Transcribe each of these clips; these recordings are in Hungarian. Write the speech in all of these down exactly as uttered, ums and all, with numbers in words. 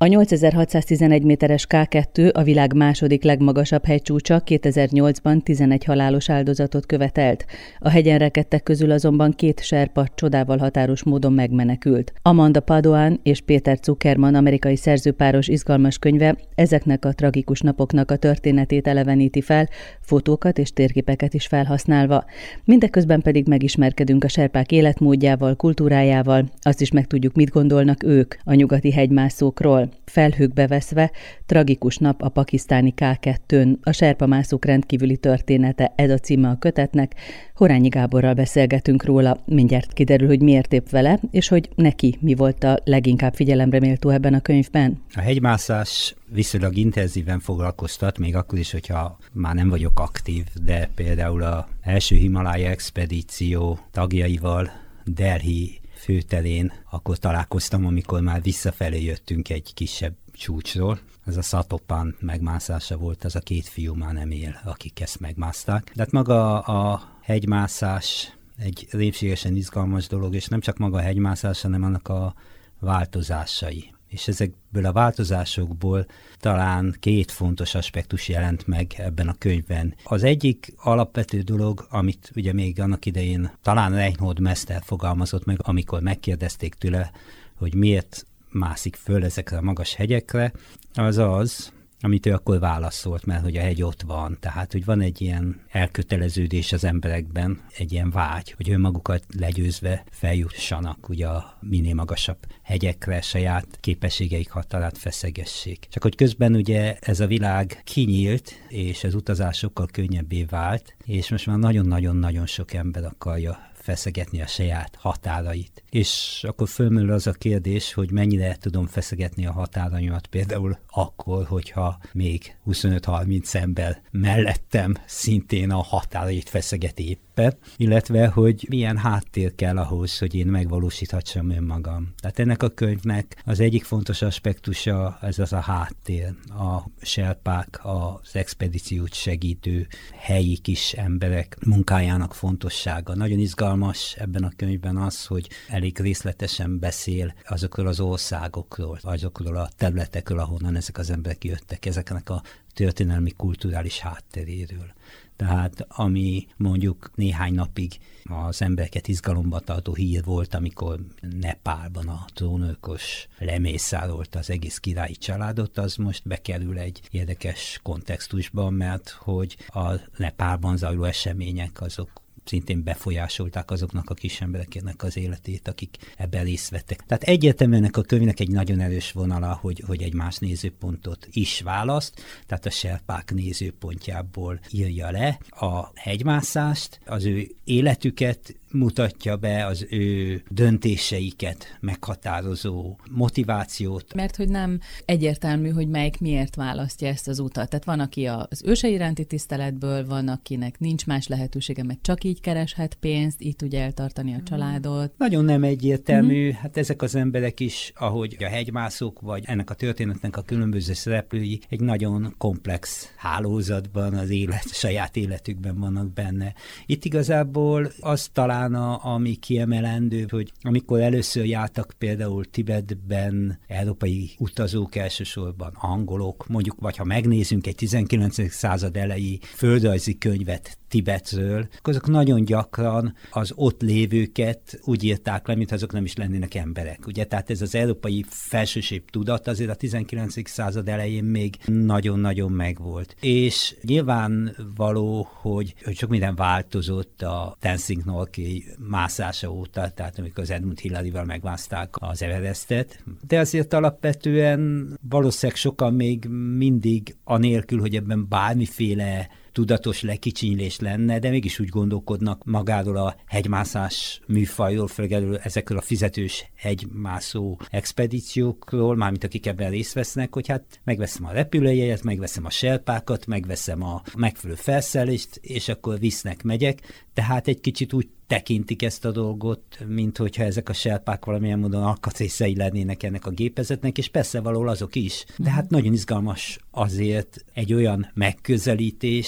A nyolcezer-hatszáztizenegy méteres ká kettő a világ második legmagasabb hegycsúcsa kétezer-nyolcban tizenegy halálos áldozatot követelt. A hegyen rekedtek közül azonban két serpa csodával határos módon megmenekült. Amanda Padoan és Peter Zuckerman amerikai szerzőpáros izgalmas könyve ezeknek a tragikus napoknak a történetét eleveníti fel, fotókat és térképeket is felhasználva. Mindeközben pedig megismerkedünk a serpák életmódjával, kultúrájával, azt is megtudjuk, mit gondolnak ők a nyugati hegymászókról. Felhőkbe veszve, tragikus nap a pakisztáni ká kettőn, a serpamászók rendkívüli története, ez a címe a kötetnek. Horányi Gáborral beszélgetünk róla, mindjárt kiderül, hogy miért épp vele, és hogy neki mi volt a leginkább figyelemre méltó ebben a könyvben. A hegymászás viszonylag intenzíven foglalkoztat, még akkor is, hogyha már nem vagyok aktív, de például az első Himalája expedíció tagjaival Delhi főterén akkor találkoztam, amikor már visszafelé jöttünk egy kisebb csúcsról. Ez a Satopan megmászása volt, az a két fiú már nem él, akik ezt megmászták. De hát maga a hegymászás egy répségesen izgalmas dolog, és nem csak maga a hegymászás, hanem annak a változásai. És ezekből a változásokból talán két fontos aspektus jelent meg ebben a könyvben. Az egyik alapvető dolog, amit ugye még annak idején talán Reinhold Messner fogalmazott meg, amikor megkérdezték tőle, hogy miért mászik föl ezekre a magas hegyekre, az az, amit ő akkor válaszolt, mert hogy a hegy ott van. Tehát, hogy van egy ilyen elköteleződés az emberekben, egy ilyen vágy, hogy önmagukat legyőzve feljussanak ugye a minél magasabb hegyekre, saját képességeik határát feszegessék. Csak hogy közben ugye ez a világ kinyílt, és az utazás sokkal könnyebbé vált, és most már nagyon-nagyon-nagyon sok ember akarja feszegetni a saját határait. És akkor fölmerül az a kérdés, hogy mennyire tudom feszegetni a határaimat például akkor, hogyha még huszonöt-harminc ember mellettem szintén a határait feszeget éppen, illetve hogy milyen háttér kell ahhoz, hogy én megvalósíthassam önmagam. Tehát ennek a könyvnek az egyik fontos aspektusa ez az a háttér. A serpák, az expedíciót segítő helyi kis emberek munkájának fontossága. Nagyon izgalmas ebben a könyvben az, hogy elég részletesen beszél azokról az országokról, azokról a területekről, ahonnan ezek az emberek jöttek, ezeknek a történelmi, kulturális hátteréről. Tehát ami mondjuk néhány napig az embereket izgalomba tartó hír volt, amikor Nepálban a trónörökös lemészárolta az egész királyi családot, az most bekerül egy érdekes kontextusba, mert hogy a Nepálban zajló események azok szintén befolyásolták azoknak a kis embereknek az életét, akik ebben részt vettek. Tehát egyértelműen a könyvnek egy nagyon erős vonala, hogy, hogy egy más nézőpontot is választ, tehát a serpák nézőpontjából írja le a hegymászást, az ő életüket mutatja be, az ő döntéseiket meghatározó motivációt. Mert hogy nem egyértelmű, hogy melyik miért választja ezt az utat. Tehát van, aki az őse iránti tiszteletből, van, akinek nincs más lehetősége, mert csak így kereshet pénzt, így tudja eltartani a családot. Nagyon nem egyértelmű, mm-hmm. hát ezek az emberek is, ahogy a hegymászók, vagy ennek a történetnek a különböző szereplői egy nagyon komplex hálózatban, az élet, saját életükben vannak benne. Itt igazából az talán A, ami kiemelendő, hogy amikor először jártak például Tibetben európai utazók, elsősorban angolok, mondjuk, vagy ha megnézünk egy tizenkilencedik század elejé földrajzi könyvet Tibetről, azok nagyon gyakran az ott lévőket úgy írták le, mintha azok nem is lennének emberek. Ugye, tehát ez az európai felsőség tudat azért a tizenkilencedik század elején még nagyon-nagyon megvolt. És nyilvánvaló, hogy, hogy sok minden változott a Tenzing Norgay mászása óta, tehát amikor az Edmund Hillary-val megmászták az Everestet, de azért alapvetően valószínűleg sokan még mindig anélkül, hogy ebben bármiféle tudatos lekicsinylés lenne, de mégis úgy gondolkodnak magáról a hegymászás műfajról, főleg ezekről a fizetős hegymászó expedíciókról, mármint akik ebben részt vesznek, hogy hát megveszem a repülőjegyet, megveszem a serpákat, megveszem a megfelelő felszerelést, és akkor visznek, megyek. Tehát egy kicsit úgy tekintik ezt a dolgot, mint hogyha ezek a serpák valamilyen módon alkatrészei lennének ennek a gépezetnek, és persze valahol azok is. De hát nagyon izgalmas azért egy olyan megközelítés,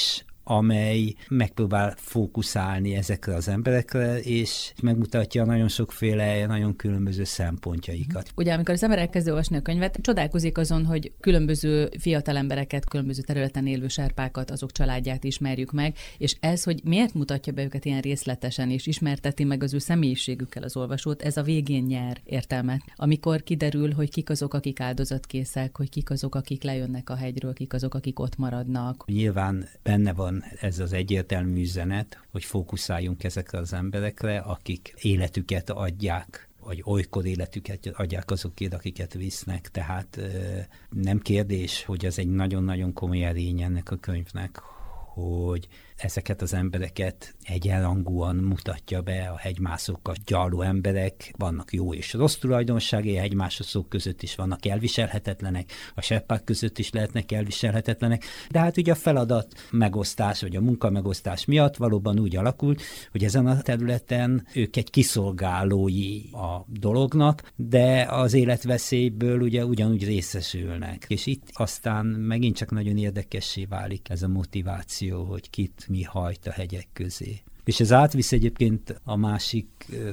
amely megpróbál fókuszálni ezekre az emberekre, és megmutatja nagyon sokféle, nagyon különböző szempontjaikat. Ugye, amikor az ember elkezd olvasni a könyvet, csodálkozik azon, hogy különböző fiatal embereket, különböző területen élő serpákat, azok családját ismerjük meg, és ez, hogy miért mutatja be őket ilyen részletesen, és ismerteti meg az ő személyiségükkel az olvasót, ez a végén nyer értelmet. Amikor kiderül, hogy kik azok, akik áldozatkészek, hogy kik azok, akik lejönnek a hegyről, kik azok, akik ott maradnak. Nyilván benne van ez az egyértelmű üzenet, hogy fókuszáljunk ezekre az emberekre, akik életüket adják, vagy olykor életüket adják azokért, akiket visznek. Tehát nem kérdés, hogy ez egy nagyon-nagyon komoly erény ennek a könyvnek, hogy ezeket az embereket egyenrangúan mutatja be, a hegymászókkal gyarló emberek, vannak jó és rossz tulajdonságai, a hegymászók között is vannak elviselhetetlenek, a serpák között is lehetnek elviselhetetlenek, de hát ugye a feladat megosztás, vagy a munka megosztás miatt valóban úgy alakult, hogy ezen a területen ők egy kiszolgálói a dolognak, de az életveszélyből ugye ugyanúgy részesülnek. És itt aztán megint csak nagyon érdekessé válik ez a motiváció, hogy kit mi hajt a hegyek közé. És ez átvisz egyébként a másik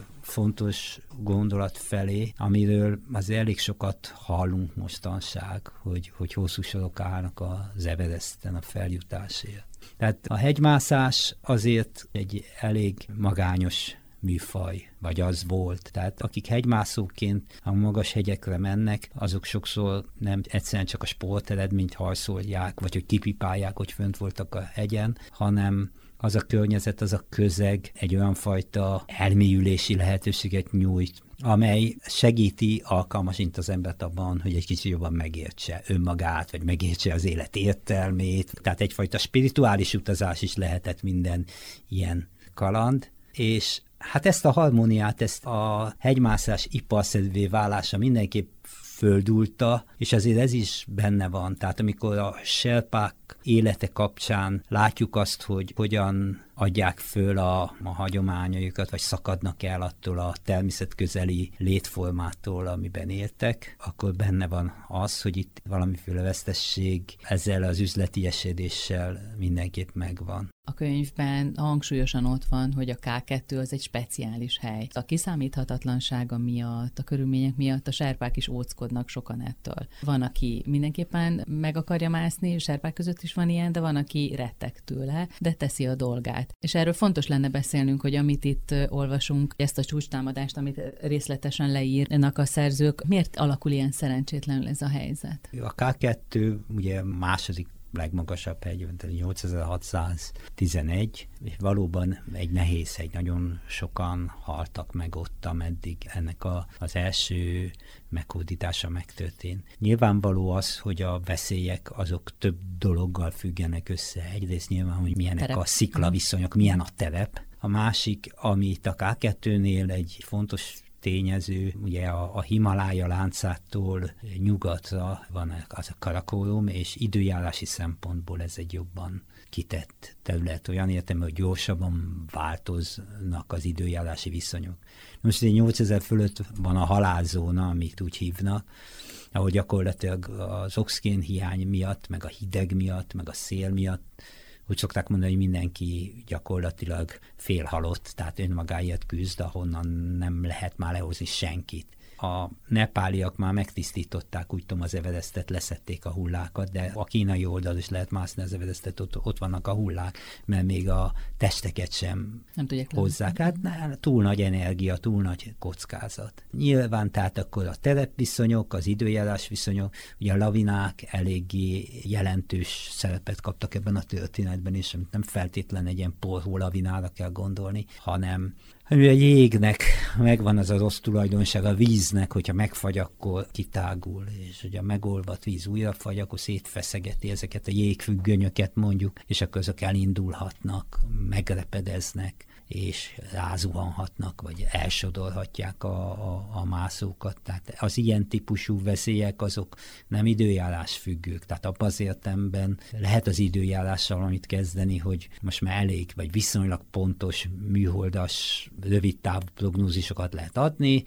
fontos gondolat felé, amiről azért elég sokat hallunk mostanság, hogy, hogy hosszú sorok állnak az Everesten a feljutásért. Tehát a hegymászás azért egy elég magányos műfaj, vagy az volt. Tehát akik hegymászóként a magas hegyekre mennek, azok sokszor nem egyszerűen csak a sporteredményt harcolják, vagy hogy kipipálják, hogy fönt voltak a hegyen, hanem az a környezet, az a közeg egy olyan fajta elmélyülési lehetőséget nyújt, amely segíti, alkalmasint az embert abban, hogy egy kicsit jobban megértse önmagát, vagy megértse az élet értelmét. Tehát egyfajta spirituális utazás is lehetett minden ilyen kaland, és hát ezt a harmóniát, ezt a hegymászás iparszerűvé válása mindenképp földulta, és azért ez is benne van. Tehát amikor a serpák élete kapcsán látjuk azt, hogy hogyan adják föl a, a hagyományaikat, vagy szakadnak el attól a természetközeli létformától, amiben éltek, akkor benne van az, hogy itt valamiféle vesztesség ezzel az üzleti esedéssel mindenképp megvan. A könyvben hangsúlyosan ott van, hogy a ká kettő az egy speciális hely. A kiszámíthatatlansága miatt, a körülmények miatt a serpák is óckodnak sokan ettől. Van, aki mindenképpen meg akarja mászni, serpák között is van ilyen, de van, aki retteg tőle, de teszi a dolgát. És erről fontos lenne beszélnünk, hogy amit itt olvasunk, ezt a csúcstámadást, amit részletesen leírnak a szerzők, miért alakul ilyen szerencsétlenül ez a helyzet? A ká kettő ugye második legmagasabb hegy, nyolcezer-hatszáztizenegy, és valóban egy nehéz hegy, nagyon sokan haltak meg ott, ameddig ennek a, az első meghódítása megtörtént. Nyilvánvaló az, hogy a veszélyek azok több dologgal függenek össze. Egyrészt nyilván, hogy milyenek terep. A sziklaviszonyok, milyen a terep. A másik, amit a ká kettőnél egy fontos tényező, ugye a, a Himalája láncától nyugatra van az a Karakorum, és időjárási szempontból ez egy jobban kitett terület. Olyan értem, hogy gyorsabban változnak az időjárási viszonyok. Most ugye nyolcezer fölött van a halálzóna, amit úgy hívnak, ahol gyakorlatilag az oxigén hiány miatt, meg a hideg miatt, meg a szél miatt, úgy szokták mondani, hogy mindenki gyakorlatilag félhalott, tehát önmagáért küzd, ahonnan nem lehet már lehozni senkit. A nepáliak már megtisztították, úgy tudom, az Everestet, leszették a hullákat, de a kínai oldal is lehet mászni az Everestet, ott, ott vannak a hullák, mert még a testeket sem nem hozzák. Hát na, túl nagy energia, túl nagy kockázat. Nyilván tehát akkor a terepviszonyok, az időjárás viszonyok, ugye a lavinák eléggé jelentős szerepet kaptak ebben a történetben, és nem feltétlen egy ilyen porhó lavinára kell gondolni, hanem a jégnek megvan az a rossz tulajdonság, a víznek, hogyha megfagy, akkor kitágul, és hogy a megolvadt víz újra fagy, akkor szétfeszegeti ezeket a jégfüggönyöket mondjuk, és akkor azok elindulhatnak, megrepedeznek, és rázuhanhatnak, vagy elsodorhatják a, a, a mászókat. Tehát az ilyen típusú veszélyek azok nem időjárás függők. Tehát abban az értelemben lehet az időjárással valamit kezdeni, hogy most már elég, vagy viszonylag pontos, műholdas, rövid távú prognózisokat lehet adni,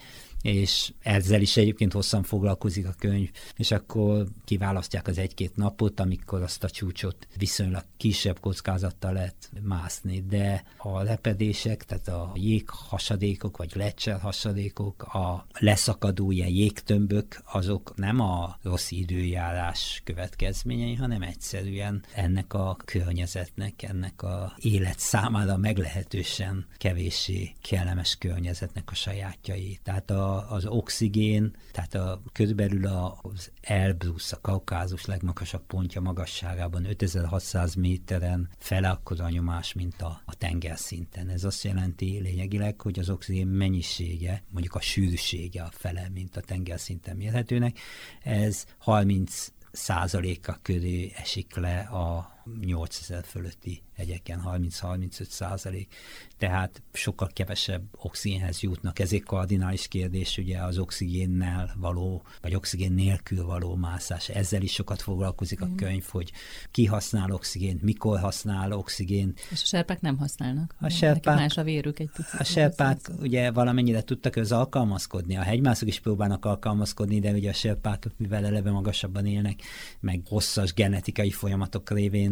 és ezzel is egyébként hosszan foglalkozik a könyv, és akkor kiválasztják az egy-két napot, amikor azt a csúcsot viszonylag kisebb kockázattal lehet mászni, de a lepedések, tehát a jéghasadékok, vagy lecserhasadékok, a leszakadó ilyen jégtömbök, azok nem a rossz időjárás következményei, hanem egyszerűen ennek a környezetnek, ennek a élet számára meglehetősen kevéssé kellemes környezetnek a sajátjai. Tehát a, az oxigén, tehát a, körülbelül az Elbrus, a Kaukázus legmagasabb pontja magasságában ötezer-hatszáz méteren fele akkora a nyomás, mint a, a tengerszinten. Ez azt jelenti lényegileg, hogy az oxigén mennyisége, mondjuk a sűrűsége a fele, mint a tengerszinten mérhetőnek. Ez harminc százaléka köré esik le a nyolcezer fölötti hegyeken, harminc-harmincöt százalék, tehát sokkal kevesebb oxigénhez jutnak. Ezért kardinális kérdés ugye az oxigénnel való, vagy oxigén nélkül való mászás. Ezzel is sokat foglalkozik a könyv, hogy ki használ oxigént, mikor használ oxigént. És a serpák nem használnak. A serpák, más a vérük egy picit. A serpák ugye valamennyire tudtak az alkalmazkodni. A hegymászok is próbálnak alkalmazkodni, de ugye a serpák, mivel eleve magasabban élnek, meg hosszas genetikai folyamatok révén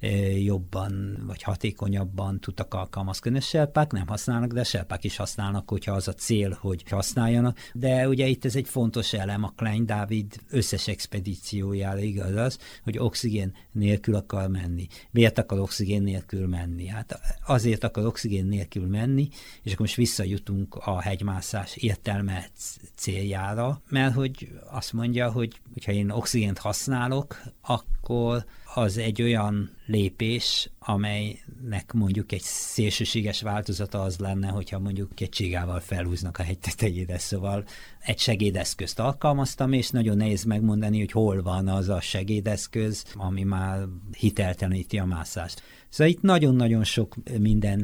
jobban vagy hatékonyabban tudtak alkalmazkodni. A serpák nem használnak, de a serpák is használnak, hogyha az a cél, hogy használjanak. De ugye itt ez egy fontos elem, a Klein Dávid összes expedíciójára igaz az, hogy oxigén nélkül akar menni. Miért akar oxigén nélkül menni? Hát azért akar oxigén nélkül menni, és akkor most visszajutunk a hegymászás értelme céljára, mert hogy azt mondja, hogy ha én oxigént használok, akkor az egy olyan lépés, amelynek mondjuk egy szélsőséges változata az lenne, hogyha mondjuk egy csigával felhúznak a hegy tetejére, szóval egy segédeszközt alkalmaztam, és nagyon nehéz megmondani, hogy hol van az a segédeszköz, ami már hitelteleníti a mászást. Szóval itt nagyon-nagyon sok minden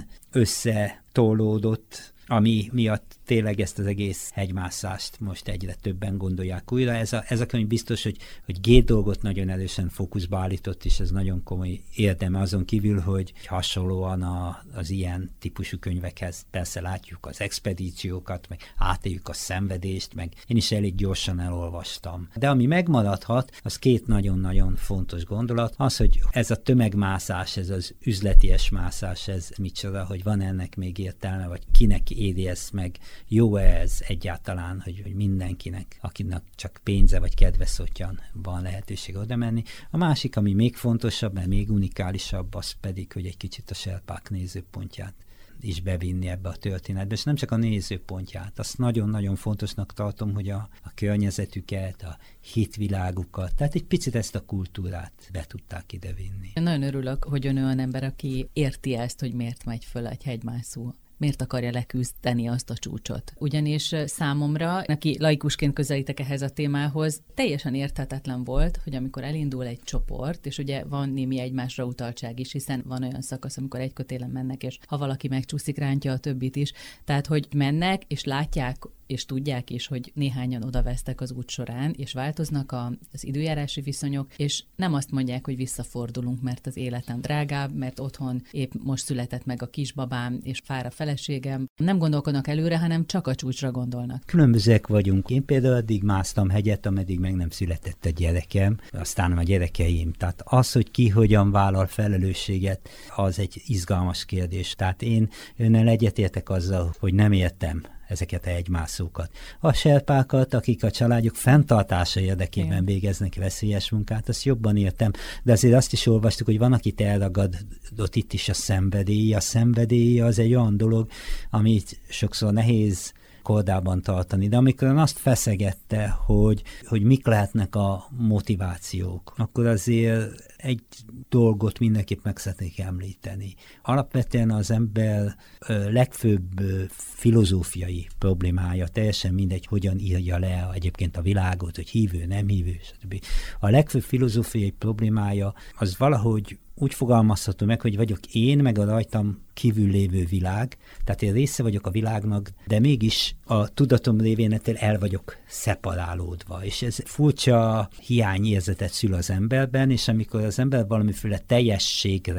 összetolódott, ami miatt tényleg ezt az egész hegymászást most egyre többen gondolják újra. Ez a, ez a könyv biztos, hogy, hogy két dolgot nagyon erősen fókuszba állított, és ez nagyon komoly érdeme azon kívül, hogy hasonlóan a, az ilyen típusú könyvekhez persze látjuk az expedíciókat, meg átéljük a szenvedést, meg én is elég gyorsan elolvastam. De ami megmaradhat, az két nagyon-nagyon fontos gondolat, az, hogy ez a tömegmászás, ez az üzleties mászás, ez micsoda, hogy van ennek még értelme, vagy kinek éri ezt meg, jó-e ez egyáltalán, hogy, hogy mindenkinek, akinek csak pénze vagy kedve szottyan van lehetőség oda menni. A másik, ami még fontosabb, mert még unikálisabb, az pedig, hogy egy kicsit a serpák nézőpontját is bevinni ebbe a történetbe, és nem csak a nézőpontját. Azt nagyon-nagyon fontosnak tartom, hogy a, a környezetüket, a hitvilágukat, tehát egy picit ezt a kultúrát be tudták idevinni. Én nagyon örülök, hogy ön olyan ember, aki érti ezt, hogy miért megy föl egy hegymászó. Miért akarja leküzdeni azt a csúcsot? Ugyanis számomra, aki laikusként közelítek ehhez a témához, teljesen érthetetlen volt, hogy amikor elindul egy csoport, és ugye van némi egymásra utaltság is, hiszen van olyan szakasz, amikor egy kötélen mennek, és ha valaki megcsúszik, rántja a többit is. Tehát, hogy mennek, és látják, és tudják is, hogy néhányan odavesztek az út során, és változnak a, az időjárási viszonyok, és nem azt mondják, hogy visszafordulunk, mert az életem drágább, mert otthon épp most született meg a kisbabám, és fár a feleségem. Nem gondolkodnak előre, hanem csak a csúcsra gondolnak. Különbözőek vagyunk. Én például addig másztam hegyet, ameddig meg nem született a gyerekem, aztán a gyerekeim. Tehát az, hogy ki hogyan vállal felelősséget, az egy izgalmas kérdés. Tehát én önnel egyetértek azzal, hogy nem értem ezeket a hegymászókat. A serpákat, akik a családjuk fenntartása érdekében Igen. végeznek veszélyes munkát, azt jobban értem, de azért azt is olvastuk, hogy van, akit elragadott itt is a szenvedély. A szenvedély az egy olyan dolog, amit sokszor nehéz kordában tartani, de amikor azt feszegette, hogy, hogy mik lehetnek a motivációk, akkor azért egy dolgot mindenképp meg szeretnék említeni. Alapvetően az ember ö, legfőbb ö, filozófiai problémája, teljesen mindegy, hogyan írja le egyébként a világot, hogy hívő, nem hívő, stb. A legfőbb filozófiai problémája az valahogy úgy fogalmazható meg, hogy vagyok én, meg a rajtam kívül lévő világ, tehát én része vagyok a világnak, de mégis a tudatom révén ettől el vagyok szeparálódva, és ez furcsa hiányérzetet szül az emberben, és amikor az ember valamiféle teljességre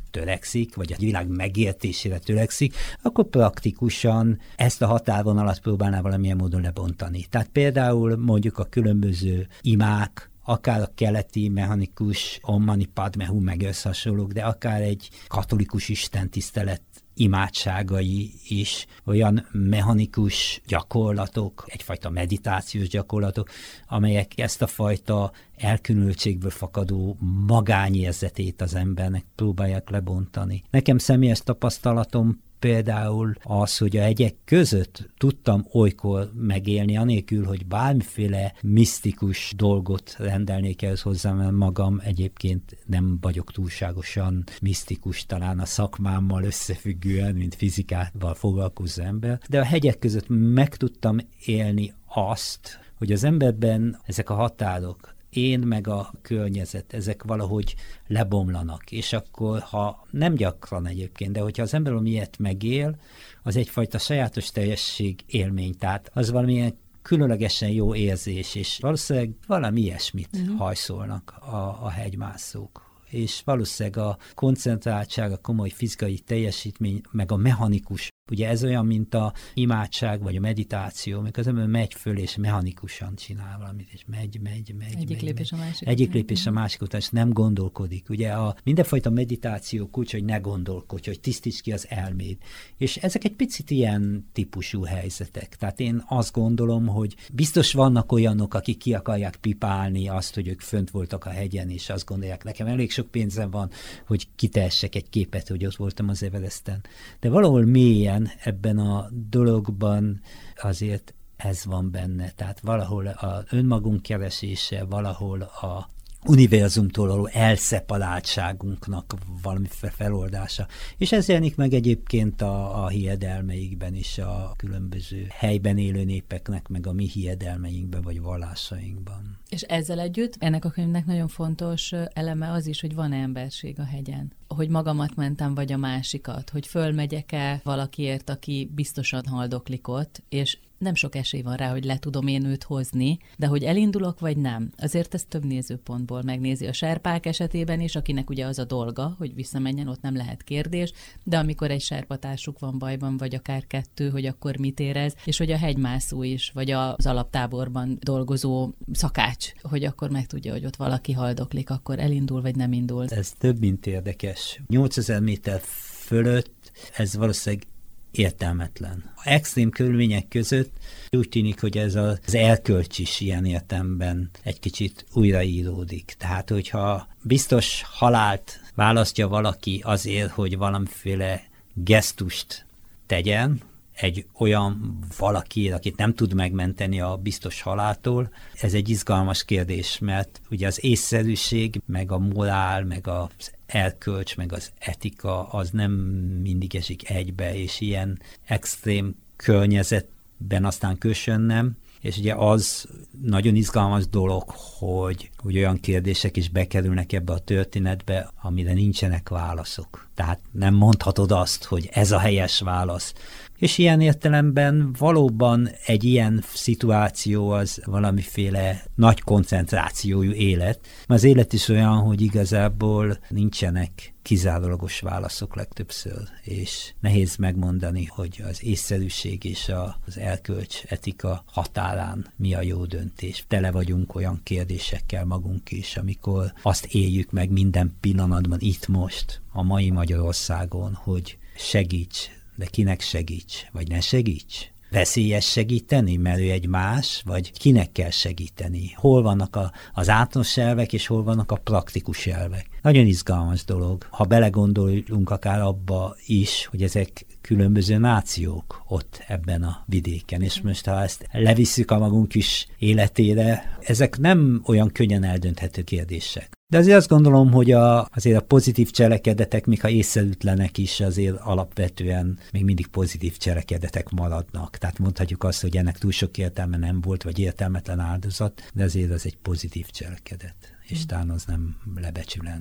törekszik, vagy a világ megértésére törekszik, akkor praktikusan ezt a határvonalat próbálná valamilyen módon lebontani. Tehát például mondjuk a különböző imák, akár a keleti mechanikus Om Mani Padme Hum meg összehasonlók, de akár egy katolikus istentisztelet imádságai is olyan mechanikus gyakorlatok, egyfajta meditációs gyakorlatok, amelyek ezt a fajta elkülönültségből fakadó magányérzetét az embernek próbálják lebontani. Nekem személyes tapasztalatom például az, hogy a hegyek között tudtam olykor megélni, anélkül, hogy bármiféle misztikus dolgot rendelnék ehhez hozzá, mert magam egyébként nem vagyok túlságosan misztikus, talán a szakmámmal összefüggően, mint fizikával foglalkozó ember, de a hegyek között meg tudtam élni azt, hogy az emberben ezek a határok, én meg a környezet, ezek valahogy lebomlanak, és akkor, ha nem gyakran egyébként, de hogyha az ember ilyet megél, az egyfajta sajátos teljesség élmény, tehát az valamilyen különlegesen jó érzés, és valószínűleg valami ilyesmit uh-huh. hajszolnak a, a hegymászók. És valószínűleg a koncentráltság, a komoly fizikai teljesítmény, meg a mechanikus, ugye ez olyan, mint a imádság, vagy a meditáció, amikor az ember megy föl, és mechanikusan csinál valamit, és megy, megy, megy. Egyik megy, lépés megy. a másik. Egyik lépés a másik után, és nem gondolkodik. Ugye a mindenfajta meditáció kulcs, hogy ne gondolkodj, hogy tisztíts ki az elméd. És ezek egy picit ilyen típusú helyzetek. Tehát én azt gondolom, hogy biztos vannak olyanok, akik ki akarják pipálni azt, hogy ők fönt voltak a hegyen, és azt gondolják, nekem elég sok pénzem van, hogy kitehessek egy képet, hogy ott voltam az Everesten. De valahol mélyen ebben a dologban azért ez van benne. Tehát valahol az önmagunk keresése, valahol a univerzumtól való elszeparáltságunknak valami feloldása. És ez jelenik meg egyébként a, a hiedelmeikben is, a különböző helyben élő népeknek, meg a mi hiedelmeinkben, vagy vallásainkban. És ezzel együtt ennek a könyvnek nagyon fontos eleme az is, hogy van emberség a hegyen. Hogy magamat mentem, vagy a másikat, hogy fölmegyek-e valakiért, aki biztosan haldoklik ott, és nem sok esély van rá, hogy le tudom én őt hozni, de hogy elindulok, vagy nem. Azért ez több nézőpontból megnézi a serpák esetében is, akinek ugye az a dolga, hogy visszamenjen, ott nem lehet kérdés, de amikor egy serpatársuk van bajban, vagy akár kettő, hogy akkor mit érez, és hogy a hegymászó is, vagy az alaptáborban dolgozó szakács, hogy akkor megtudja, hogy ott valaki haldoklik, akkor elindul, vagy nem indul. Ez több, mint érdekes. nyolcezer méter fölött ez valószínűleg értelmetlen. A extrém körülmények között úgy tűnik, hogy ez az elkölcs is ilyen értelemben egy kicsit újraíródik. Tehát, hogyha biztos halált választja valaki azért, hogy valamiféle gesztust tegyen, egy olyan valaki, akit nem tud megmenteni a biztos haláltól, ez egy izgalmas kérdés, mert ugye az észszerűség, meg a morál, meg az elkölcs, meg az etika, az nem mindig esik egybe, és ilyen extrém környezetben aztán kössön nem. És ugye az nagyon izgalmas dolog, hogy, hogy olyan kérdések is bekerülnek ebbe a történetbe, amire nincsenek válaszok. Tehát nem mondhatod azt, hogy ez a helyes válasz. És ilyen értelemben valóban egy ilyen szituáció az valamiféle nagy koncentrációjú élet. Az élet is olyan, hogy igazából nincsenek kizárólagos válaszok legtöbbször, és nehéz megmondani, hogy az észszerűség és az elkölcs etika határán mi a jó döntés. Tele vagyunk olyan kérdésekkel magunk is, amikor azt éljük meg minden pillanatban itt most, a mai Magyarországon, hogy segíts, de kinek segíts, vagy ne segíts? Veszélyes segíteni, mert ő egy más, vagy kinek kell segíteni? Hol vannak a, az általános elvek, és hol vannak a praktikus elvek? Nagyon izgalmas dolog, ha belegondolunk akár abba is, hogy ezek különböző nációk ott ebben a vidéken, és most ha ezt levisszük a magunk is életére, ezek nem olyan könnyen eldönthető kérdések. De azért azt gondolom, hogy a, azért a pozitív cselekedetek, még ha észszerűtlenek is, azért alapvetően még mindig pozitív cselekedetek maradnak. Tehát mondhatjuk azt, hogy ennek túl sok értelme nem volt, vagy értelmetlen áldozat, de azért az egy pozitív cselekedet, és talán az nem lebecsülendő.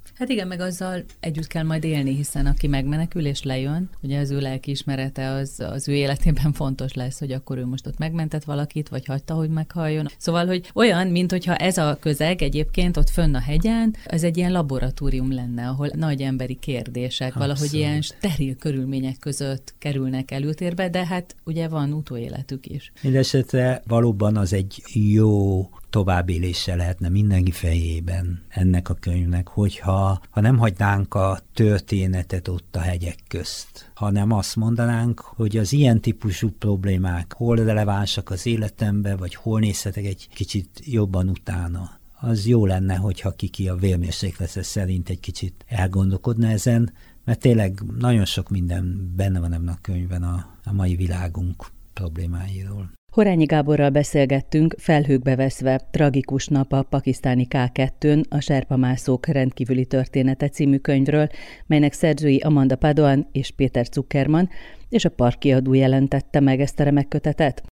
Hát igen, meg azzal együtt kell majd élni, hiszen aki megmenekül és lejön, ugye az ő lelkiismerete az, az ő életében fontos lesz, hogy akkor ő most ott megmentett valakit, vagy hagyta, hogy meghalljon. Szóval, hogy olyan, mint hogyha ez a közeg egyébként ott fönn a hegyen, ez egy ilyen laboratórium lenne, ahol nagy emberi kérdések, Abszolút. valahogy ilyen steril körülmények között kerülnek előtérbe, de hát ugye van utóéletük is. Mindenesetre valóban az egy jó továbbélése lehetne mindenki fejében ennek a könyvnek, hogyha ha nem hagynánk a történetet ott a hegyek közt, hanem azt mondanánk, hogy az ilyen típusú problémák hol relevánsak az életembe, vagy hol nézhetek egy kicsit jobban utána. Az jó lenne, hogyha kiki a vérmérséklete szerint egy kicsit elgondolkodna ezen, mert tényleg nagyon sok minden benne van ebben a könyvben a, a mai világunk problémáiról. Horányi Gáborral beszélgettünk Felhőkbe veszve, tragikus nap a pakisztáni ká kettőn, a serpamászók rendkívüli története című könyvről, melynek szerzői Amanda Padoan és Péter Zuckerman, és a Park kiadó jelentette meg ezt a remek kötetet.